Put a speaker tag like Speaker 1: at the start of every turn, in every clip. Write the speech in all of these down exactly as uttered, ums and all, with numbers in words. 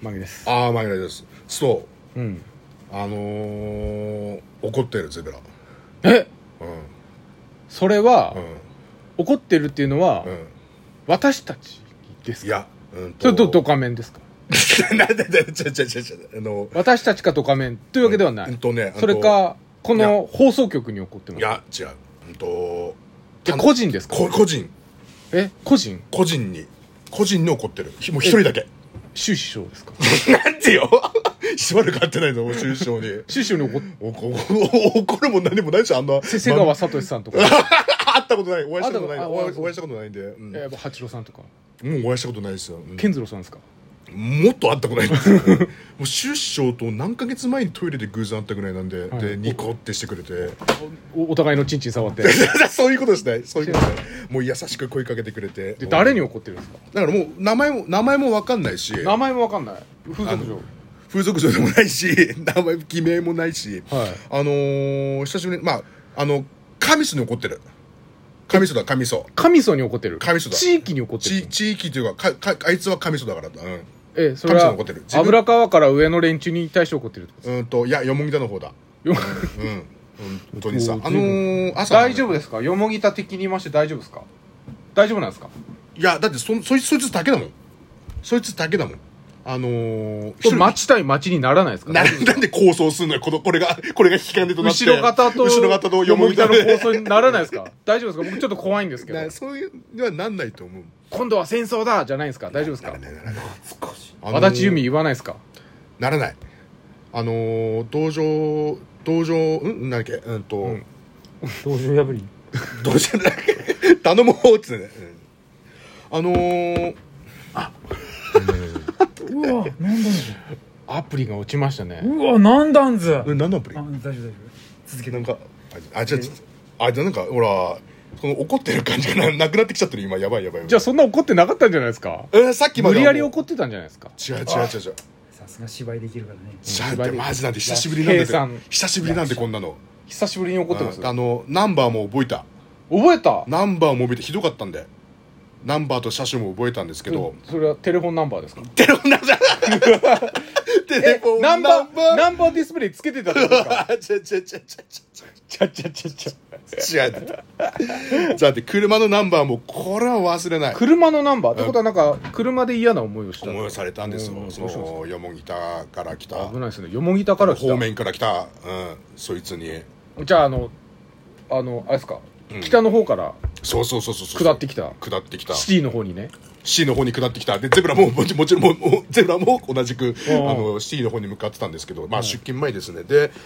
Speaker 1: マギです。
Speaker 2: ああ、マギですそう、
Speaker 1: うん、
Speaker 2: あのー、怒ってるゼブラ。
Speaker 1: え、
Speaker 2: うん、
Speaker 1: それは、
Speaker 2: うん、
Speaker 1: 怒ってるっていうのは、うん、私たちですか？
Speaker 2: いや、うんと、
Speaker 1: それとドカメンですか？
Speaker 2: なんでだよ、ちょちょちょちょ、あの
Speaker 1: 私たちかドカメンというわけではない、
Speaker 2: うん、うんとね、
Speaker 1: それかこの放送局に怒ってます。
Speaker 2: いや違う、うんと、
Speaker 1: じゃ個人ですか？
Speaker 2: 個人、
Speaker 1: え、個人
Speaker 2: 個人に個人に怒ってる。もう一人だけ。
Speaker 1: 周師匠ですか？
Speaker 2: なんでよしばらく会ってないの、周師匠に。
Speaker 1: 周師匠に怒
Speaker 2: 怒るも何もないし、あんな
Speaker 1: 瀬川聡さんとか
Speaker 2: 会ったことない、お会いしたことない、お会いしたことないんで、うん、
Speaker 1: えー、八郎さんとか
Speaker 2: もうお会いしたことないですよ、うん、
Speaker 1: 健次郎さんですか？
Speaker 2: もっと会ったことないんですよもう周師匠と何ヶ月前にトイレで偶然会ったぐらいなんで、はい、でニコってしてくれて
Speaker 1: お, お互いのチンチン触って
Speaker 2: そういうことですね、そういうことですね。もう優しく声かけてくれて。
Speaker 1: で誰に怒ってるんですか？
Speaker 2: だからもう名前も名前も分かんないし、
Speaker 1: 名前も分かんない、風俗嬢
Speaker 2: 風俗嬢でもないし、名前偽名もないし、はい、あのー、久しぶりに、まああの神栖に怒ってる。神栖だ、神栖。
Speaker 1: 神栖に怒ってる。
Speaker 2: 神栖だ。
Speaker 1: 地域に怒ってる。
Speaker 2: 地域というか、かかあいつは神栖だからだ。うん。
Speaker 1: ええ、それは油川から上の連中に対して怒ってるってことですか？うんと、いや、よもぎたの方だ。よ、うん、うん、本当にさ、あのー、朝、ね、 大丈夫ですか？よもぎた的に言いまして大丈夫ですか？大丈夫なんですか？
Speaker 2: いや、だってそそいつそいつだけだもん。そいつだけだもん。あの
Speaker 1: ー、町対町にならないですか？
Speaker 2: な、なんで構想するのよ、この、これが、これが引き金となって。
Speaker 1: 後ろ方と、
Speaker 2: 後ろ方と
Speaker 1: よもぎたの構想にならないですか？大丈夫ですか？僕ちょっと怖いんですけど。
Speaker 2: そういうにはなんないと思う。
Speaker 1: 今度は戦争だじゃないですか？大丈夫ですか？
Speaker 2: ならないならない。
Speaker 1: 少し。足立由美言わないですか？
Speaker 2: ならない。あのー、道場、道場、うんなんだっけ、うんと、うん、
Speaker 1: 道場破り
Speaker 2: 道場じゃなく頼もうっつってね、うん、あのー、あ
Speaker 1: うわ、なんだんずアプリが落ちましたね。
Speaker 3: うわ、なんだんず
Speaker 2: 何のアプリ？
Speaker 3: あ、大丈夫大丈夫、続けて。
Speaker 2: なんかあ、じゃあ、あ、じゃあなんかほら、その怒ってる感じが な, なくなってきちゃってる今。やばいやばい。
Speaker 1: じゃあそんな怒ってなかったんじゃないですか？
Speaker 2: えー、さっきまで
Speaker 1: 無理やり怒ってたんじゃないですか？
Speaker 2: 違う違う違う違う。
Speaker 3: さすが芝居できるからね。
Speaker 2: 違うってマジなんで久しぶりなんで久しぶりなんでこんなの
Speaker 1: 久しぶりに怒ってます、
Speaker 2: うん、あのナンバーも覚えた
Speaker 1: 覚えた
Speaker 2: ナンバーも覚えてひどかったんでナンバーと車種も覚えたんですけど、
Speaker 1: それはテレフォンナンバーですか？
Speaker 2: テレフォンナンバーテレフォン
Speaker 1: ナンバーナンバーディスプレイつけてたんですか？
Speaker 2: ちゃちゃちゃちゃ
Speaker 1: ちゃちゃちゃちゃ
Speaker 2: 違うだって車のナンバーもこれは忘れない。
Speaker 1: 車のナンバーってことはなんか車で嫌な思いをした
Speaker 2: 思いをされたんですよ。そのよもぎたから来た
Speaker 1: 危ないですね。よもぎたから来た
Speaker 2: 方面から来た、うん、そいつに
Speaker 1: じゃああのあのあれですか、うん、北の方から
Speaker 2: そうそうそうそう
Speaker 1: 下ってきた
Speaker 2: 下ってきた
Speaker 1: シティの方にね、
Speaker 2: シティの方に下ってきた。でゼブラももちろんもうゼブラも同じくあのシティの方に向かってたんですけど、まあ出勤前ですね。で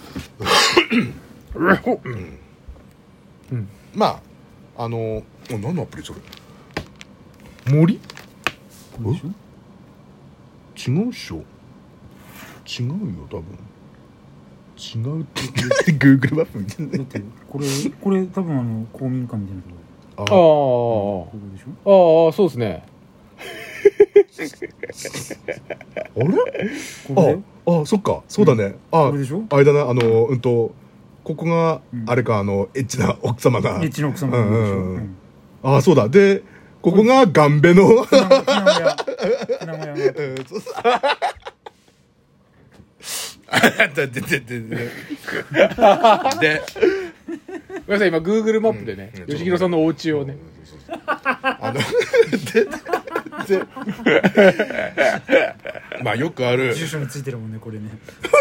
Speaker 2: うんうん、まああの何のアプリそれ？
Speaker 1: 森？
Speaker 2: 違うっしょ？違うよ多分。違うって言って Google マップみたいな。だって
Speaker 3: これこれ多分あの公民館みたいなところ。
Speaker 1: ああ、ここでしょ？ああ、そうですね。
Speaker 2: あれ？ああ、そっか、そうだね。ああ、あれだな、あのうんとここがあれか、あのエッチな奥様が。
Speaker 3: エッチな奥様が。
Speaker 2: ああ、そうだ。で、ここがガンベの。船小屋。船小屋。で、で、で、で、で、
Speaker 1: ごめんなさい、今 Google マップでね、うん、吉弘さんのお家をね、あの
Speaker 2: で、で、まあよくある
Speaker 3: 住所についてるもんねこれね。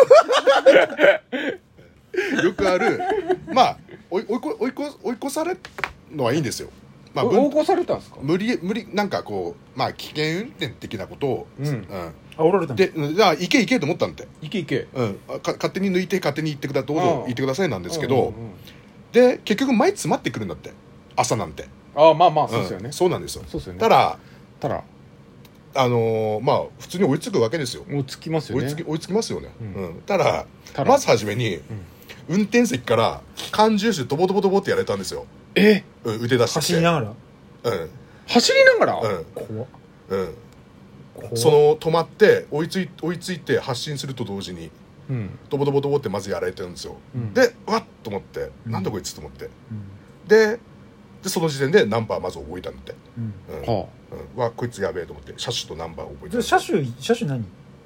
Speaker 2: よくある、まあ追い追い追い追い越されるのはいいんですよ。まあ、
Speaker 1: 追い越されたんですか？
Speaker 2: 無理無理なんかこうまあ危険運転的なことを、うん、うん、
Speaker 3: 煽られたん
Speaker 2: で、じゃあ行け行けと思ったんで、
Speaker 1: 行け行け、
Speaker 2: うん、か勝手に抜いて勝手に行ってくだどうぞ行ってくださいなんですけど、うんうんうん、で結局前詰まってくるんだって朝なんて。
Speaker 1: ああ、まあまあそうですよね、
Speaker 2: うん、そうなんですよ。
Speaker 1: そうですよね。
Speaker 2: ただ
Speaker 1: ただ
Speaker 2: あのー、まあ普通に追いつくわけですよ。
Speaker 1: 追いつきますよね。
Speaker 2: 追いつき追いつきますよね。
Speaker 1: うん
Speaker 2: うん、ただまず初めに、うん、運転席から缶ジュースドボドボドボってやれたんですよ。
Speaker 1: え、
Speaker 2: うん、腕出して
Speaker 3: 走りながら。
Speaker 2: うん、
Speaker 1: 走りながら、
Speaker 2: うん、
Speaker 3: 怖っ、
Speaker 2: うん、その止まって追いつい追いついて発進すると同時に、うん、ドボドボドボってまずやられてるんですよ、うん、でわっと思って、うん、なんだこいつと思って、うん、で, でその時点でナンバーまず覚えたんで、うんうん、はあ、うん、わこいつやべえと思って車種とナンバー覚えて。
Speaker 3: 車種車種何？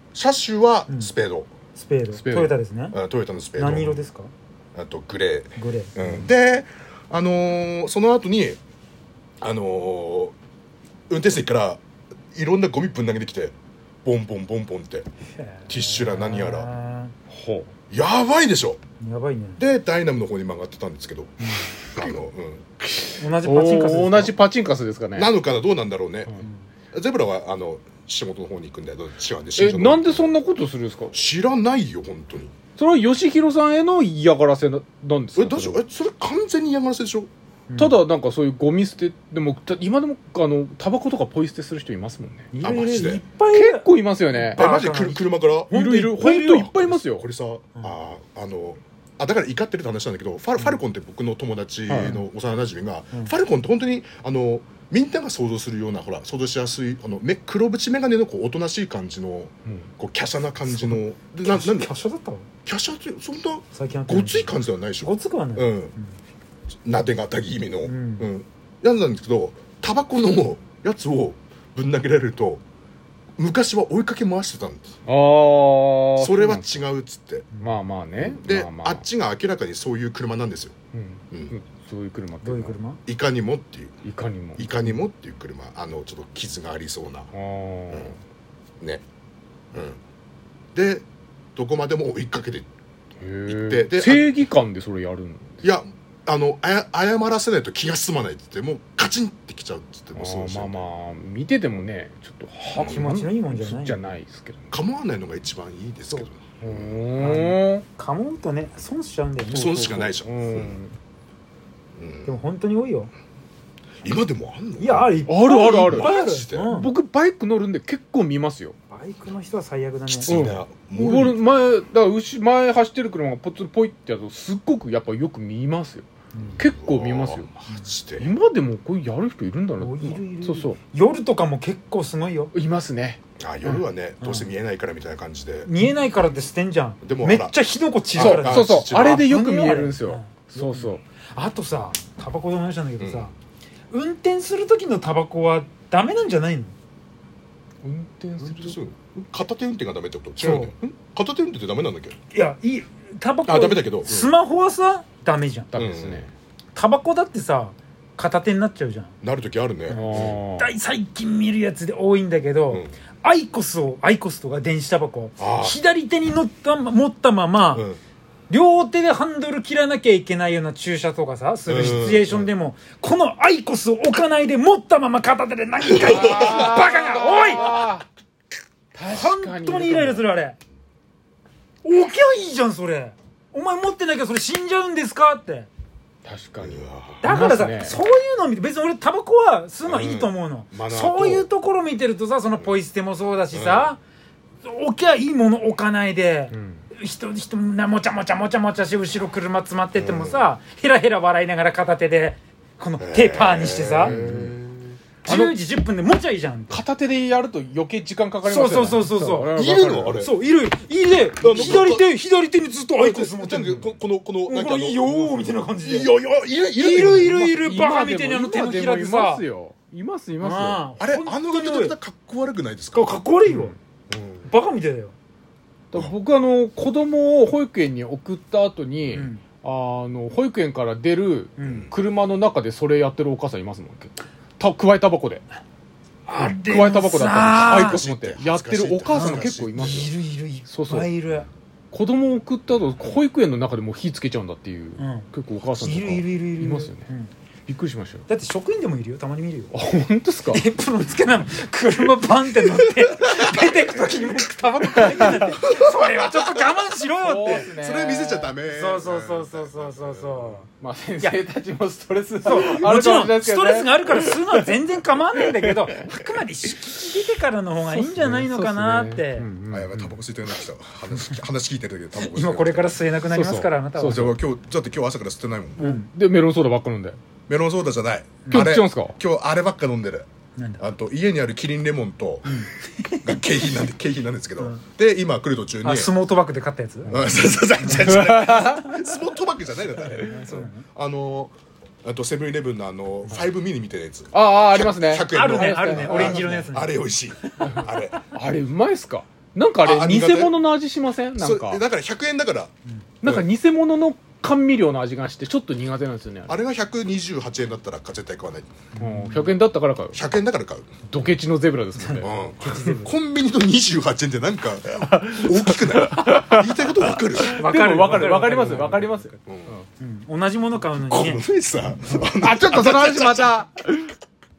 Speaker 2: 車種はスペード、
Speaker 3: うん、スペード
Speaker 1: スペード
Speaker 3: トヨタですね、
Speaker 2: うん、トヨタのスペード。
Speaker 3: 何色ですか？
Speaker 2: あとグレー、
Speaker 3: グレー、
Speaker 2: うん、であのー、その後にあのー、運転席からいろんなゴミぶん投げてきてボンボンボンボンってティッシュら何やら
Speaker 1: ほ
Speaker 2: うやばいでしょ。
Speaker 3: やばいね。
Speaker 2: でダイナムの方に曲がってたんですけど、あの、
Speaker 3: うん、同じパチンカスですか？
Speaker 1: 同じパチンカスですかね。
Speaker 2: なのかな、どうなんだろうね、うん、ゼブラはあの仕事の方に行くんだけど違うんで。え
Speaker 1: なんでそんなことするんですか？
Speaker 2: 知らないよ本当に。
Speaker 1: それは吉弘さんへの嫌がらせなんですか？
Speaker 2: えどうしよう、えそれ完全に嫌がらせでしょ、
Speaker 1: うん、ただなんかそういうゴミ捨てでも今でもあのタバコとかポイ捨てする人いますもんね。
Speaker 2: あマジで
Speaker 3: いっぱい
Speaker 1: 結構いますよね。
Speaker 2: えマジでく車から
Speaker 1: いるいる本当いっぱいいますよ。
Speaker 2: これさ、うん、ああのあだから怒ってるって話なんだけど、ファル、ファルコンって僕の友達の幼なじみが、うん、ファルコンって本当にあのみんなが想像するようなほら想像しやすいあのめ黒縁眼鏡のこうおとなしい感じの、うん、こう華奢な感じの
Speaker 3: でななんで華奢だったの？
Speaker 2: 華奢ってそんなごつい感じではないでしょ。
Speaker 3: ごつくはない、うん、
Speaker 2: なで型気味の、うん
Speaker 3: うん、
Speaker 2: やつなんですけど、タバコのやつをぶん投げられると昔は追いかけ回してたんです。あそれは違うっつって、
Speaker 1: まあまあね。
Speaker 2: で、
Speaker 1: まあまあ、
Speaker 2: あっちが明らかにそういう車なんですよ、
Speaker 1: うんうん、そういう車って
Speaker 3: どういう車？
Speaker 2: いかにもっていう
Speaker 1: いかにも
Speaker 2: いかにもっていう車、あのちょっと傷がありそうな、うん、ね、うん、でどこまでも追いかけて行って、で
Speaker 1: 正義感でそれやるんです。
Speaker 2: いやあのあや謝らせないと気が済まないって言ってもうカチンってきちゃうって言ってもそう
Speaker 1: まあまあ見ててもねちょっとは
Speaker 3: 気持ちのいいもんじゃない
Speaker 1: じゃないですけど、ね、
Speaker 2: 構わないのが一番いいですけど、
Speaker 3: ね、かもんとね損しちゃうんだよね。
Speaker 2: 損しかないじゃん、
Speaker 3: うんうん、でも本当に多いよ
Speaker 2: 今でもあんの？
Speaker 3: いやある
Speaker 1: あるあるある
Speaker 3: ある、
Speaker 1: うん、僕バイク乗るんで結構見ますよ。
Speaker 3: バイクの人は最悪だね。
Speaker 2: きついな、
Speaker 1: うん、俺前だから後前走ってる車がポツンポイってやるとすっごくやっぱよく見ますよ、うん、結構見ますよ。
Speaker 2: マジで
Speaker 1: 今でもこうやる人いるんだな。
Speaker 3: いるいる。
Speaker 1: そうそう
Speaker 3: 夜とかも結構すごいよ。
Speaker 1: いますね。
Speaker 2: あ夜はね、うん、どうせ見えないからみたいな感じで、
Speaker 3: 見えないからって捨てんじゃん。でもめっちゃ火の粉散るから、
Speaker 1: そうそうそうあれでよく見えるんですよ、うん、そうそう。
Speaker 3: あとさタバコの話なんだけどさ、うん、運転する時のタバコはダメなんじゃないの？
Speaker 1: 運転する
Speaker 2: 片手運転がダメってこと？違うね。片手運転ってダメなんだっけ？
Speaker 3: いやいいタバコ
Speaker 2: あダメだけど、うん、
Speaker 3: スマホはさダメじゃん。
Speaker 1: ダメですね。
Speaker 3: タバコだってさ片手になっちゃうじゃん。
Speaker 2: なる時あるね。
Speaker 3: 大最近見るやつで多いんだけど、うん、アイコスをアイコスとか電子タバコ左手に乗った持ったまま、うん、両手でハンドル切らなきゃいけないような駐車とかさするシチュエーションでも、うん、このアイコスを置かないで持ったまま片手で何回バカがおい本当にイライラする。あれ置きゃいいじゃんそれ。お前持ってなきゃそれ死んじゃうんですかって。
Speaker 1: 確かに。
Speaker 3: だからさ、ね、そういうのを見て別に俺タバコは吸うのはいいと思うの、うん、そういうところ見てるとさそのポイ捨てもそうだしさ、うん、置きゃいいもの置かないで、うん、人人もちゃもちゃもちゃもちゃし後ろ車詰まっててもさ、うん、ヘラヘラ笑いながら片手でこの手パーにしてさ、じゅうじじゅっぷんで持ちゃいいじゃん。
Speaker 1: 片手でやると余計時間かかりますよね。
Speaker 3: そうそうそうそう
Speaker 2: いるのあれ。
Speaker 3: そういるいる。左手左手にずっとアイコス持ってる。
Speaker 2: このこのなんか
Speaker 3: いいよーみたいな感じで。
Speaker 2: いやいやいる
Speaker 3: いるいるいるバカみたいなあの手のひらでさ。
Speaker 1: いますよ。いますいますよ。
Speaker 2: あれあの人だかっこ悪くないですか？
Speaker 3: かっこ悪いよ。バカみたいだよ。
Speaker 1: 僕あの子供を保育園に送った後にあの保育園から出る車の中でそれやってるお母さんいますもん。た加えタバコで。
Speaker 3: あれ
Speaker 1: 加えタバコだったアイコス持ってやってるお母さんも結構いますよ。
Speaker 3: いるいるいる。
Speaker 1: そうそう
Speaker 3: いる。
Speaker 1: 子供を送った後保育園の中でもう火つけちゃうんだっていう、うん、結構お母さんとかいますよね。びっくりしましたよ。
Speaker 3: だって職員でもいるよ。たまに見るよ。
Speaker 1: あ本当ですか？
Speaker 3: エプロンつけなの車バンって乗って出てく時に僕タバコ買いになってそれはちょっと我慢しろよって。
Speaker 2: そ, ね、それ見せちゃダメ。
Speaker 3: そうそうそうそうそうそうそう
Speaker 1: まあ先生たちもストレス
Speaker 3: そうもちろんストレスがあるから吸うのは全然構わないんだけどあくまで敷地出てからの方がいいんじゃないのかなって。
Speaker 2: あやばいタバコ吸いたくなってきた。話話聞いてるけどタバコ
Speaker 3: 今これから吸えなくなりますからあなたは。
Speaker 2: そうそう今日だって今日朝から吸ってないもん、
Speaker 1: うん、でメロンソーダばっか飲んで。
Speaker 2: メロンソーダじゃない。
Speaker 1: 今日違うんですか？
Speaker 2: 今日あればっか飲んでる。
Speaker 3: なんだ
Speaker 2: あと家にあるキリンレモンと、うん、が景品なんで景品なんですけど、うん、で今来る途中に
Speaker 3: スモートバッグで買ったやつ、うん、そうそうそうスモ
Speaker 2: ートバッグじゃないんだねあのあとセブンイレブンのあのファイブミニみたいなやつ
Speaker 1: ああありますね。
Speaker 3: ひゃくえんのあるねあるねオレンジ色のやつね。
Speaker 2: あれ美味しいあれ
Speaker 1: あれうまいっすか？ なんかあれ偽物の味しません？なんか
Speaker 2: だからひゃくえんだから、
Speaker 1: なんか偽物の甘味料の味がしてちょっと苦手なんですよね。
Speaker 2: あれがひゃくにじゅうはちえんだったら絶対買わない。
Speaker 1: ひゃくえんだったから買う。
Speaker 2: ひゃくえんだから買う。
Speaker 1: ドケチのゼブラですもんね。
Speaker 2: コンビニのにじゅうはちえんってなんか大きくない？言いたいこと分かる？
Speaker 1: 分かる分かる分かります分かります。
Speaker 3: 同じもの買うのにね。
Speaker 2: このさ、
Speaker 1: あ、ちょっとその話また